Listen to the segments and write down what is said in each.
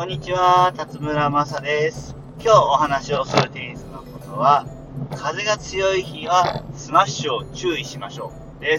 こんにちは、辰村正です。今日お話をするテニスのことは、風が強い日はスマッシュを注意しましょうです。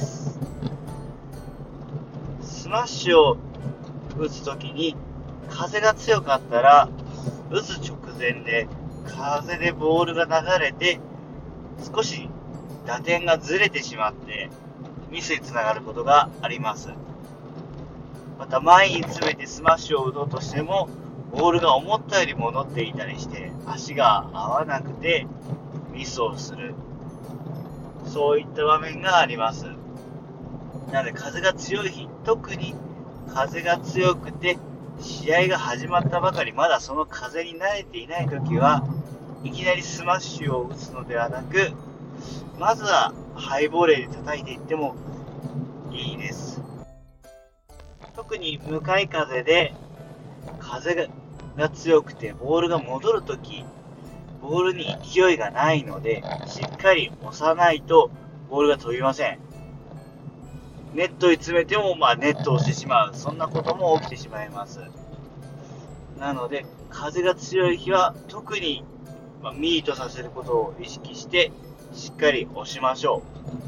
スマッシュを打つときに風が強かったら、打つ直前で風でボールが流れて少し打点がずれてしまってミスにつながることがあります。また前に詰めてスマッシュを打とうとしてもボールが思ったより戻っていたりして足が合わなくてミスをする、そういった場面があります。なので風が強い日、特に風が強くて試合が始まったばかり、まだその風に慣れていないときはいきなりスマッシュを打つのではなく、まずはハイボレーで叩いていってもいいです。特に向かい風で風が強くてボールが戻るとき、ボールに勢いがないのでしっかり押さないとボールが飛びません。ネットに詰めてもネットをしてしまう、そんなことも起きてしまいます。なので風が強い日は特にミートさせることを意識してしっかり押しましょう。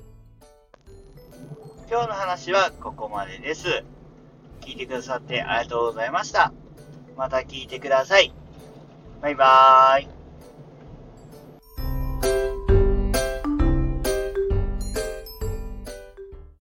今日の話はここまでです。聞いてくださってありがとうございました。また聞いてください。バイバーイ。